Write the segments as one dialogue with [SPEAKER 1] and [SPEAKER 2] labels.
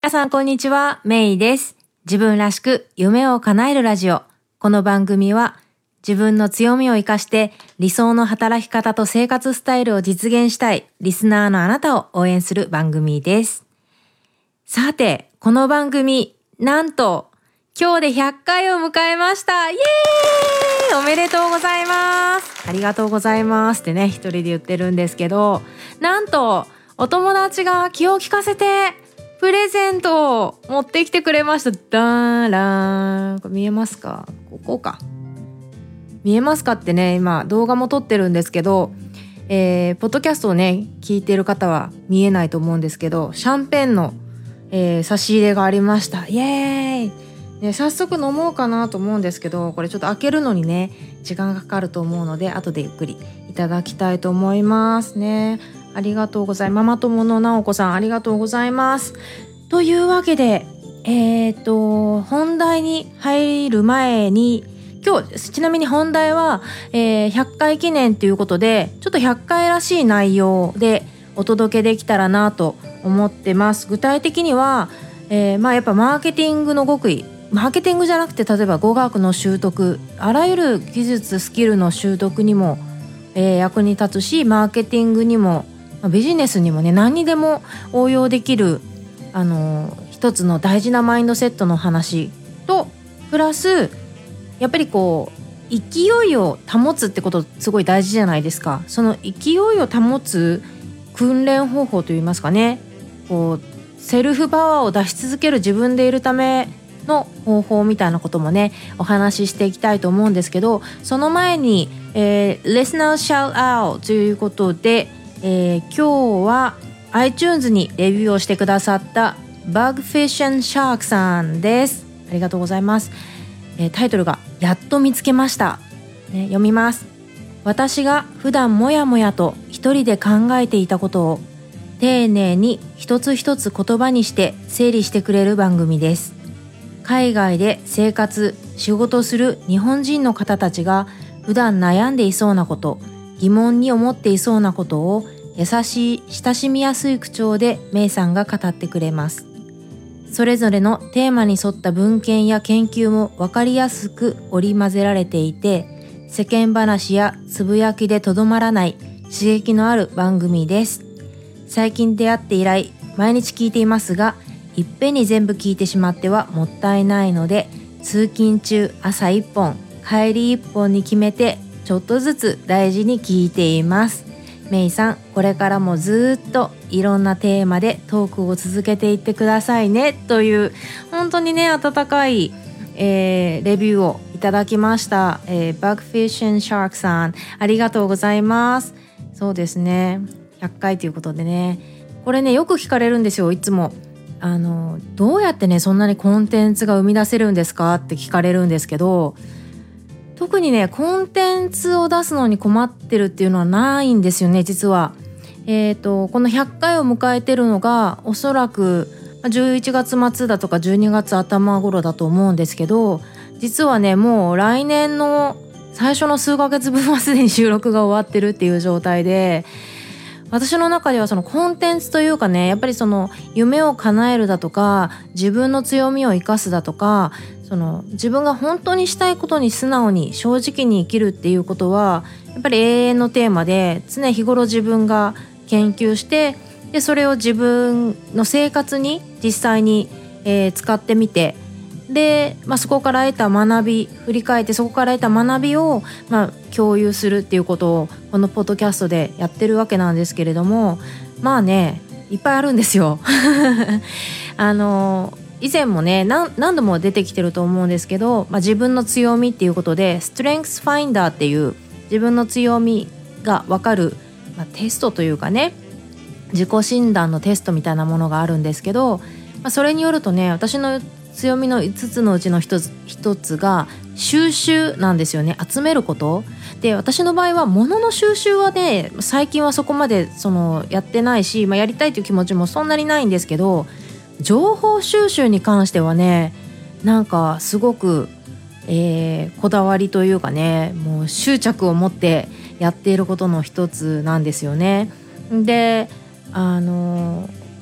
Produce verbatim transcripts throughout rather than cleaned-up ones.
[SPEAKER 1] 皆さんこんにちは、メイです。自分らしく夢を叶えるラジオ。この番組は自分の強みを生かして理想の働き方と生活スタイルを実現したいリスナーのあなたを応援する番組です。さて、この番組、なんと今日でひゃっかいを迎えました。イエーイ！おめでとうございます。ありがとうございますってね、一人で言ってるんですけど、なんとお友達が気を利かせてプレゼントを持ってきてくれました。ダーラーン。これ見えますか？ここか。見えますかってね、今動画も撮ってるんですけど、えー、ポッドキャストをね聞いてる方は見えないと思うんですけど、シャンペンの、えー、差し入れがありました。イエーイ、ね、早速飲もうかなと思うんですけど、これちょっと開けるのにね時間がかかると思うので、後でゆっくりいただきたいと思いますね。ありがとうございます。ママ友のなおこさん、ありがとうございます。というわけで、えーと、本題に入る前に、今日、ちなみに本題は、えー、ひゃっかい記念ということで、ちょっとひゃっかいらしい内容でお届けできたらなと思ってます。具体的には、えー、まあやっぱマーケティングの極意、マーケティングじゃなくて、例えば語学の習得、あらゆる技術、スキルの習得にも、えー、役に立つし、マーケティングにも、ビジネスにもね、何にでも応用できるあの一つの大事なマインドセットの話と、プラスやっぱりこう勢いを保つってことすごい大事じゃないですか。その勢いを保つ訓練方法といいますかね、こうセルフパワーを出し続ける自分でいるための方法みたいなこともねお話ししていきたいと思うんですけど、その前に、えー、Listener Shout Out ということで、えー、今日は iTunes にレビューをしてくださったバグフィッシュンシャークさんです。ありがとうございます。えー、タイトルがやっと見つけました、ね、読みます。私が普段もやもやと一人で考えていたことを丁寧に一つ一つ言葉にして整理してくれる番組です。海外で生活仕事する日本人の方たちが普段悩んでいそうなこと、疑問に思っていそうなことを優しい親しみやすい口調でメイさんが語ってくれます。それぞれのテーマに沿った文献や研究も分かりやすく織り交ぜられていて、世間話やつぶやきでとどまらない刺激のある番組です。最近出会って以来毎日聞いていますが、いっぺんに全部聞いてしまってはもったいないので、通勤中朝いっぽん帰りいっぽんに決めてちょっとずつ大事に聞いています。メイさん、これからもずっといろんなテーマでトークを続けていってくださいね、という本当にね温かい、えー、レビューをいただきました。えー、バグフィッシュンシャークさん、ありがとうございます。そうですね、ひゃっかいということでね、これねよく聞かれるんですよ。いつもあのどうやってねそんなにコンテンツが生み出せるんですかって聞かれるんですけど、特にねコンテンツを出すのに困ってるっていうのはないんですよね、実は。えーと、このひゃっかいを迎えてるのがおそらくじゅういちがつ末だとかじゅうにがつ頭頃だと思うんですけど、実はねもう来年の最初の数ヶ月分はすでに収録が終わってるっていう状態で、私の中ではそのコンテンツというかね、やっぱりその夢を叶えるだとか自分の強みを生かすだとか、その自分が本当にしたいことに素直に正直に生きるっていうことはやっぱり永遠のテーマで、常日頃自分が研究して、でそれを自分の生活に実際に、えー、使ってみて、で、まあ、そこから得た学び振り返って、そこから得た学びを、まあ、共有するっていうことをこのポッドキャストでやってるわけなんですけれども、まあねいっぱいあるんですよあの以前もね 何, 何度も出てきてると思うんですけど、まあ、自分の強みっていうことでストレングスファインダーっていう自分の強みが分かる、まあ、テストというかね、自己診断のテストみたいなものがあるんですけど、まあ、それによるとね、私の強みのいつつのうちの一つ一つが収集なんですよね。集めることで、私の場合は物の収集はね最近はそこまでそのやってないし、まあ、やりたいという気持ちもそんなにないんですけど、情報収集に関してはねなんかすごく、えー、こだわりというかね、もう執着を持ってやっていることの一つなんですよね。で、あの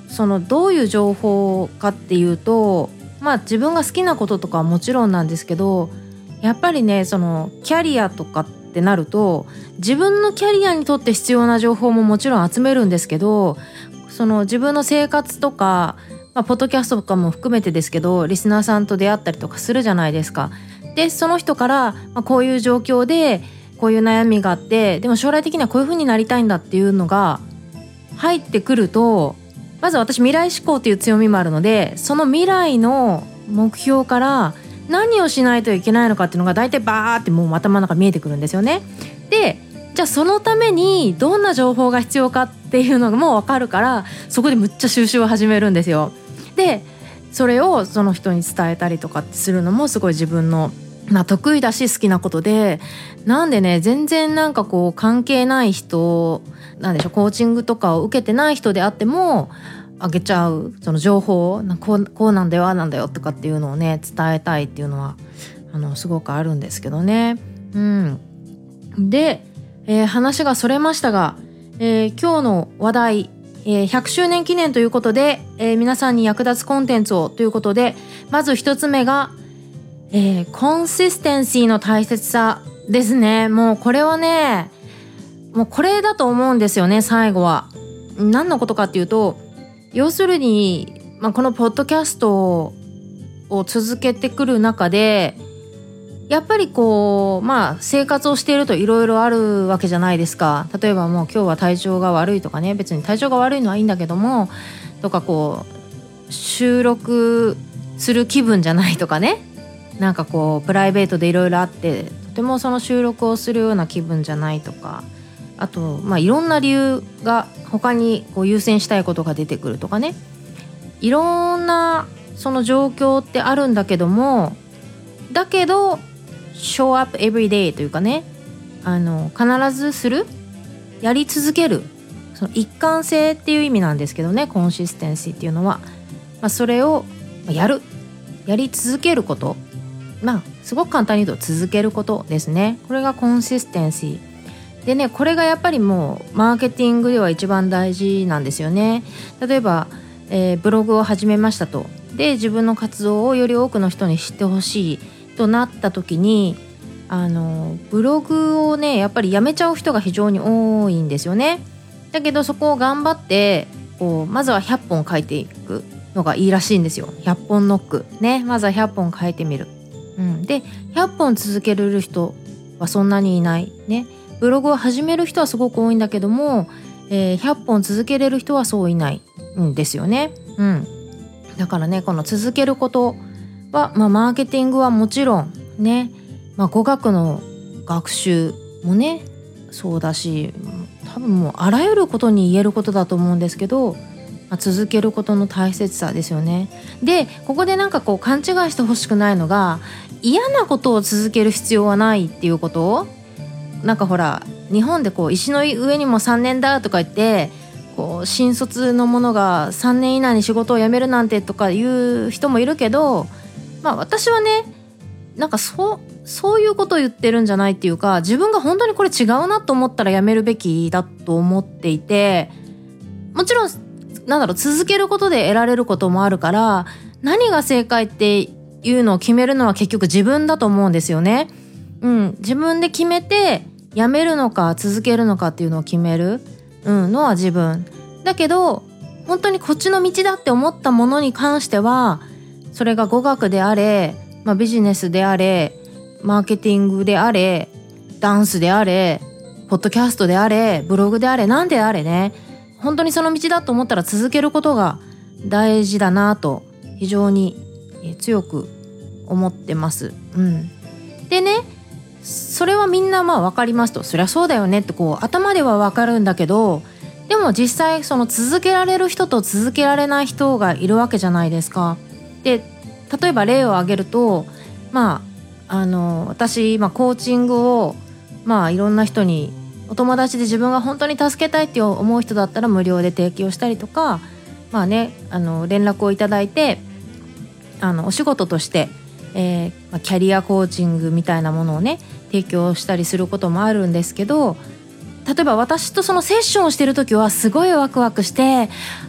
[SPEAKER 1] そのどういう情報かっていうと、まあ自分が好きなこととかはもちろんなんですけど、やっぱりねそのキャリアとかってなると自分のキャリアにとって必要な情報ももちろん集めるんですけど、その自分の生活とか、まあ、ポッドキャストとかも含めてですけどリスナーさんと出会ったりとかするじゃないですか。でその人から、まあ、こういう状況でこういう悩みがあって、でも将来的にはこういう風になりたいんだっていうのが入ってくると、まず私未来志向っていう強みもあるので、その未来の目標から何をしないといけないのかっていうのが大体バーってもう頭の中見えてくるんですよね。でじゃあそのためにどんな情報が必要かっていうのがもう分かるから、そこでむっちゃ収集を始めるんですよ。でそれをその人に伝えたりとかするのもすごい自分の、まあ、得意だし好きなことで、なんでね全然なんかこう関係ない人なんでしょう、コーチングとかを受けてない人であってもあげちゃうその情報、こう、こうなんだよああなんだよとかっていうのをね伝えたいっていうのはあのすごくあるんですけどね。うん、で、えー、話がそれましたが、えー、今日の話題、えー、ひゃくしゅうねん記念ということで、えー、皆さんに役立つコンテンツをということで、まず一つ目が、えー、コンシステンシーの大切さですね。もうこれはねもうこれだと思うんですよね。最後は何のことかっていうと、要するに、まあ、このポッドキャストを続けてくる中でやっぱりこうまあ生活をしているといろいろあるわけじゃないですか。例えばもう今日は体調が悪いとかね、別に体調が悪いのはいいんだけどもとか、こう収録する気分じゃないとかね、なんかこうプライベートでいろいろあってとてもその収録をするような気分じゃないとか、あとまあいろんな理由が他にこう優先したいことが出てくるとかね、いろんなその状況ってあるんだけども、だけどshow up every day というかね、あの必ずする、やり続ける、その一貫性っていう意味なんですけどね、コンシステンシーっていうのは、まあ、それをやる、やり続けること、まあすごく簡単に言うと続けることですね。これがコンシステンシーでね、これがやっぱりもうマーケティングでは一番大事なんですよね。例えば、えー、ブログを始めましたと、で自分の活動をより多くの人に知ってほしいとなった時に、あのブログをねやっぱりやめちゃう人が非常に多いんですよね。だけどそこを頑張ってこうまずはひゃっぽん書いていくのがいいらしいんですよ。ひゃっぽんノックね、まずはひゃっぽん書いてみる、うん、でひゃっぽん続けれる人はそんなにいないね。ブログを始める人はすごく多いんだけども、えー、ひゃっぽん続けれる人はそういないんですよね。うん、だからねこの続けることは、まあ、マーケティングはもちろんね、まあ、語学の学習もねそうだし、多分もうあらゆることに言えることだと思うんですけど、まあ、続けることの大切さですよね。でここでなんかこう勘違いしてほしくないのが、嫌なことを続ける必要はないっていうことを、なんかほら日本でこう石の上にもさんねんだとか言ってこう新卒の者がさんねん以内に仕事を辞めるなんてとかいう人もいるけど、まあ私はねなんかそうそういうことを言ってるんじゃないっていうか、自分が本当にこれ違うなと思ったらやめるべきだと思っていて、もちろんなんだろう続けることで得られることもあるから、何が正解っていうのを決めるのは結局自分だと思うんですよね。うん、自分で決めてやめるのか続けるのかっていうのを決める、うん、のは自分だけど、本当にこっちの道だって思ったものに関しては、それが語学であれ、まあ、ビジネスであれ、マーケティングであれ、ダンスであれ、ポッドキャストであれ、ブログであれ、なんであれね、本当にその道だと思ったら続けることが大事だなと非常に強く思ってます。うん、でね、それはみんなまあ分かりますと、そりゃそうだよねってこう頭では分かるんだけど、でも実際その続けられる人と続けられない人がいるわけじゃないですか。で例えば例を挙げると、まああの私、まあ、コーチングをまあいろんな人に、お友達で自分が本当に助けたいって思う人だったら無料で提供したりとか、まあね、あの連絡をいただいて、あのお仕事として、えーまあ、キャリアコーチングみたいなものをね提供したりすることもあるんですけど、例えば私とそのセッションをしてる時はすごいワクワクして、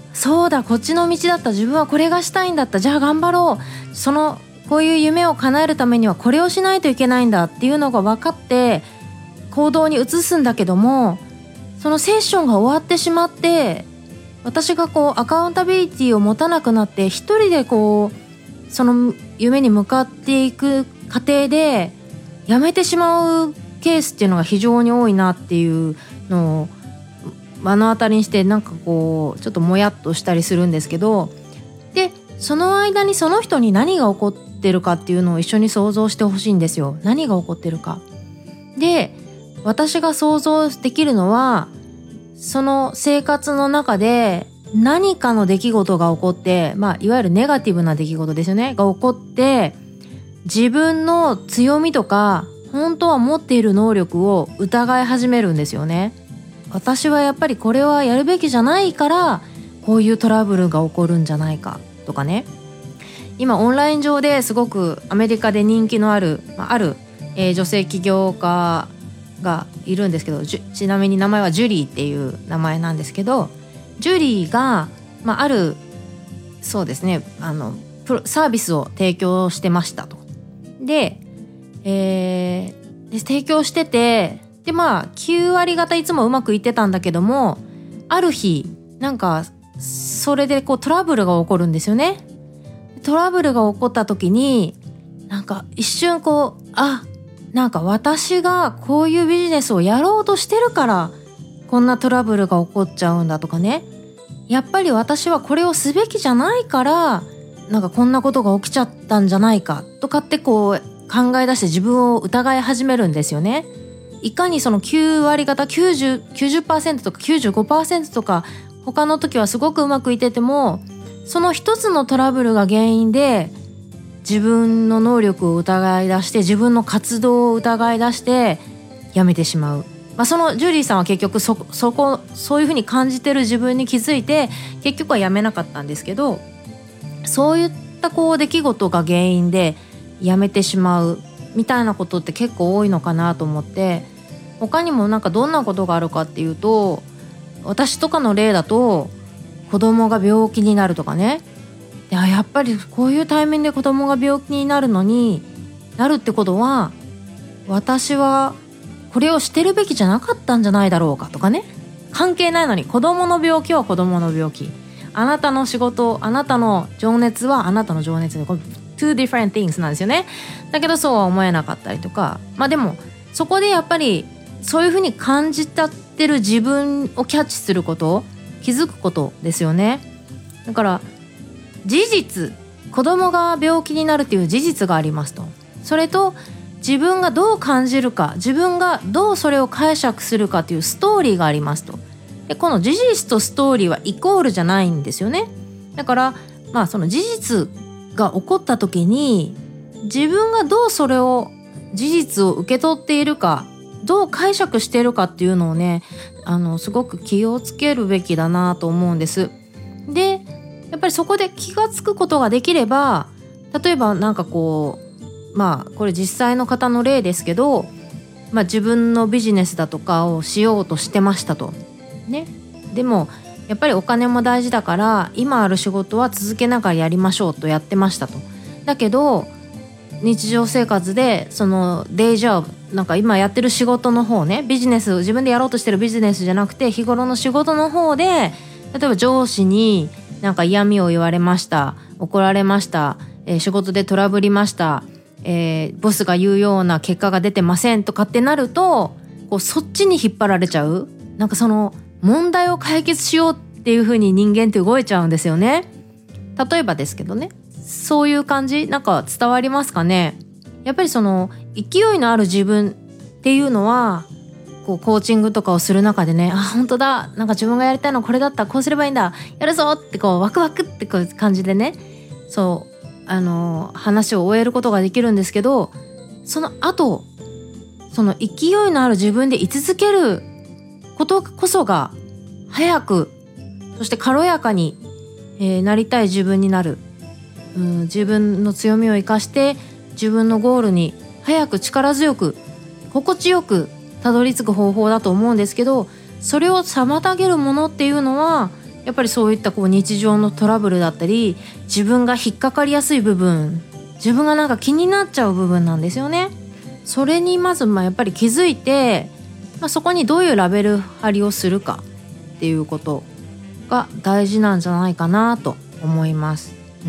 [SPEAKER 1] そうだこっちの道だった、自分はこれがしたいんだった、じゃあ頑張ろう、そのこういう夢を叶えるためにはこれをしないといけないんだっていうのが分かって行動に移すんだけども、そのセッションが終わってしまって私がこうアカウンタビリティを持たなくなって一人でこうその夢に向かっていく過程でやめてしまうケースっていうのが非常に多いなっていうのを目の当たりにして、なんかこうちょっともやっとしたりするんですけど、でその間にその人に何が起こってるかっていうのを一緒に想像してほしいんですよ。何が起こってるかで、私が想像できるのはその生活の中で何かの出来事が起こって、まあいわゆるネガティブな出来事ですよねが起こって、自分の強みとか本当は持っている能力を疑い始めるんですよね。私はやっぱりこれはやるべきじゃないからこういうトラブルが起こるんじゃないかとかね。今オンライン上ですごくアメリカで人気のある、まあ、ある、えー、女性起業家がいるんですけど、ちなみに名前はジュリーっていう名前なんですけど、ジュリーが、まあ、あるそうですねあのプロサービスを提供してましたと。で、えー、で提供してて、でまあきゅう割方いつもうまくいってたんだけども、ある日なんかそれでこうトラブルが起こるんですよね。トラブルが起こった時になんか一瞬こうあなんか私がこういうビジネスをやろうとしてるからこんなトラブルが起こっちゃうんだとかね、やっぱり私はこれをすべきじゃないからなんかこんなことが起きちゃったんじゃないかとかってこう考え出して自分を疑い始めるんですよね。いかにそのきゅう割方 きゅうじゅう、きゅうじゅっパーセント とか きゅうじゅうごパーセント とか他の時はすごくうまくいってても、その一つのトラブルが原因で自分の能力を疑い出して自分の活動を疑い出してやめてしまう。まあ、そのジュリーさんは結局 そ, そこそういうふうに感じてる自分に気づいて結局はやめなかったんですけど、そういったこう出来事が原因でやめてしまうみたいなことって結構多いのかなと思って、他にもなんかどんなことがあるかっていうと、私とかの例だと子供が病気になるとかね、いや、やっぱりこういうタイミングで子供が病気になるのになるってことは私はこれをしてるべきじゃなかったんじゃないだろうかとかね、関係ないのに子供の病気は子供の病気、あなたの仕事あなたの情熱はあなたの情熱でこれ two different things なんですよね。だけどそうは思えなかったりとか、まあでもそこでやっぱりそういうふうに感じたってる自分をキャッチすること、気づくことですよね。だから事実、子供が病気になるっていう事実がありますと、それと自分がどう感じるか、自分がどうそれを解釈するかっていうストーリーがありますと。でこの事実とストーリーはイコールじゃないんですよね。だからまあその事実が起こった時に自分がどうそれを事実を受け取っているか、どう解釈しているかっていうのをね、あのすごく気をつけるべきだなと思うんです。でやっぱりそこで気がつくことができれば、例えばなんかこうまあこれ実際の方の例ですけど、まあ、自分のビジネスだとかをしようとしてましたとね。でもやっぱりお金も大事だから今ある仕事は続けながらやりましょうとやってましたと。だけど日常生活でそのデイジョブ、なんか今やってる仕事の方ね、ビジネス自分でやろうとしてるビジネスじゃなくて日頃の仕事の方で、例えば上司になんか嫌味を言われました、怒られました、えー、仕事でトラブりました、えー、ボスが言うような結果が出てませんとかってなると、こうそっちに引っ張られちゃう。なんかその問題を解決しようっていう風に人間って動いちゃうんですよね。例えばですけどね、そういう感じ、なんか伝わりますかね。やっぱりその勢いのある自分っていうのはこうコーチングとかをする中でね、あ本当だ、なんか自分がやりたいのこれだったらこうすればいいんだ、やるぞってこうワクワクってこう感じでね、そうあの話を終えることができるんですけど、その後その勢いのある自分で居続けることこそが早く、そして軽やかに、えー、なりたい自分になる、うん、自分の強みを生かして自分のゴールに早く力強く心地よくたどり着く方法だと思うんですけど、それを妨げるものっていうのはやっぱりそういったこう日常のトラブルだったり、自分が引っかかりやすい部分、自分がなんか気になっちゃう部分なんですよね。それにまずまあやっぱり気づいて、まあ、そこにどういうラベル貼りをするかっていうことが大事なんじゃないかなと思います。うん、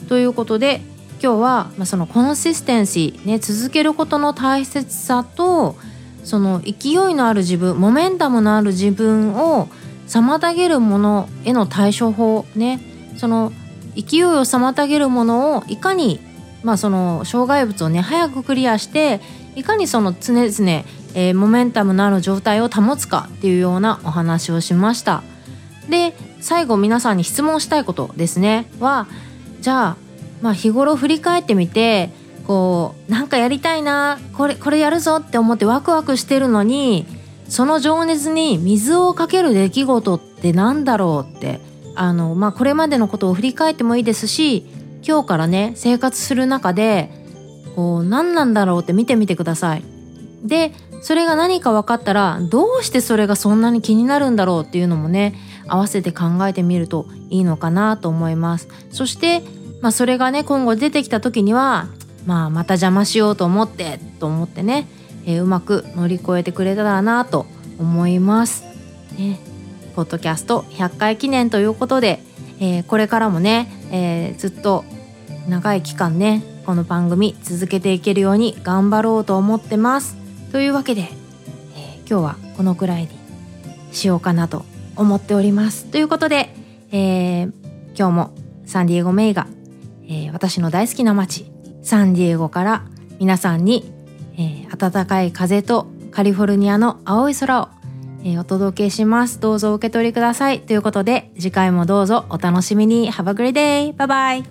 [SPEAKER 1] ということで今日は、まあ、そのコンシステンシーね、続けることの大切さと、その勢いのある自分、モメンタムのある自分を妨げるものへの対処法ね、その勢いを妨げるものをいかに、まあその障害物をね早くクリアして、いかにその常々、えー、モメンタムのある状態を保つかっていうようなお話をしました。で最後皆さんに質問したいことですねは、じゃあまあ日頃振り返ってみて、こうなんかやりたいな、これこれやるぞって思ってワクワクしてるのに、その情熱に水をかける出来事ってなんだろうって、あのまあこれまでのことを振り返ってもいいですし、今日からね生活する中でこう何なんだろうって見てみてください。でそれが何か分かったら、どうしてそれがそんなに気になるんだろうっていうのもね合わせて考えてみるといいのかなと思います。そして、まあ、それがね今後出てきた時には、まあ、また邪魔しようと思ってと思ってね、えー、うまく乗り越えてくれたらなと思います、ね、ポッドキャストひゃっかい記念ということで、えー、これからもね、えー、ずっと長い期間ねこの番組続けていけるように頑張ろうと思ってます。というわけで、えー、今日はこのくらいにしようかなと思っております。ということで、えー、今日もサンディエゴメイが、えー、私の大好きな街サンディエゴから皆さんに、えー、暖かい風とカリフォルニアの青い空を、えー、お届けします。どうぞお受け取りください。ということで次回もどうぞお楽しみに。 Have a great day! バイバイ。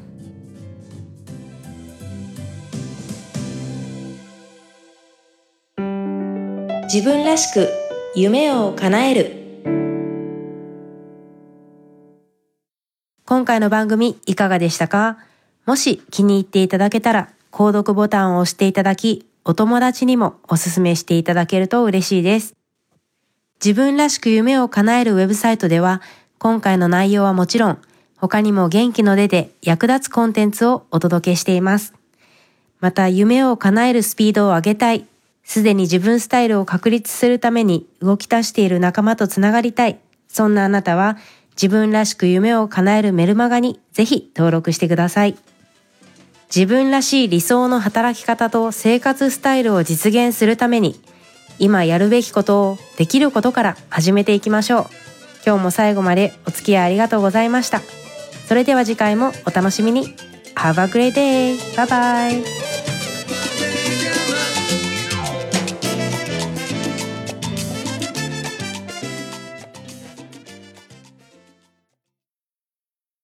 [SPEAKER 1] 自分らしく夢を叶える。今回の番組いかがでしたか？もし気に入っていただけたら購読ボタンを押していただき、お友達にもおすすめしていただけると嬉しいです。自分らしく夢を叶えるウェブサイトでは、今回の内容はもちろん他にも元気の出て役立つコンテンツをお届けしています。また夢を叶えるスピードを上げたい、すでに自分スタイルを確立するために動き出している仲間とつながりたい、そんなあなたは自分らしく夢を叶えるメルマガにぜひ登録してください。自分らしい理想の働き方と生活スタイルを実現するために、今やるべきことをできることから始めていきましょう。今日も最後までお付き合いありがとうございました。それでは次回もお楽しみに。Have a great day! バイバイ。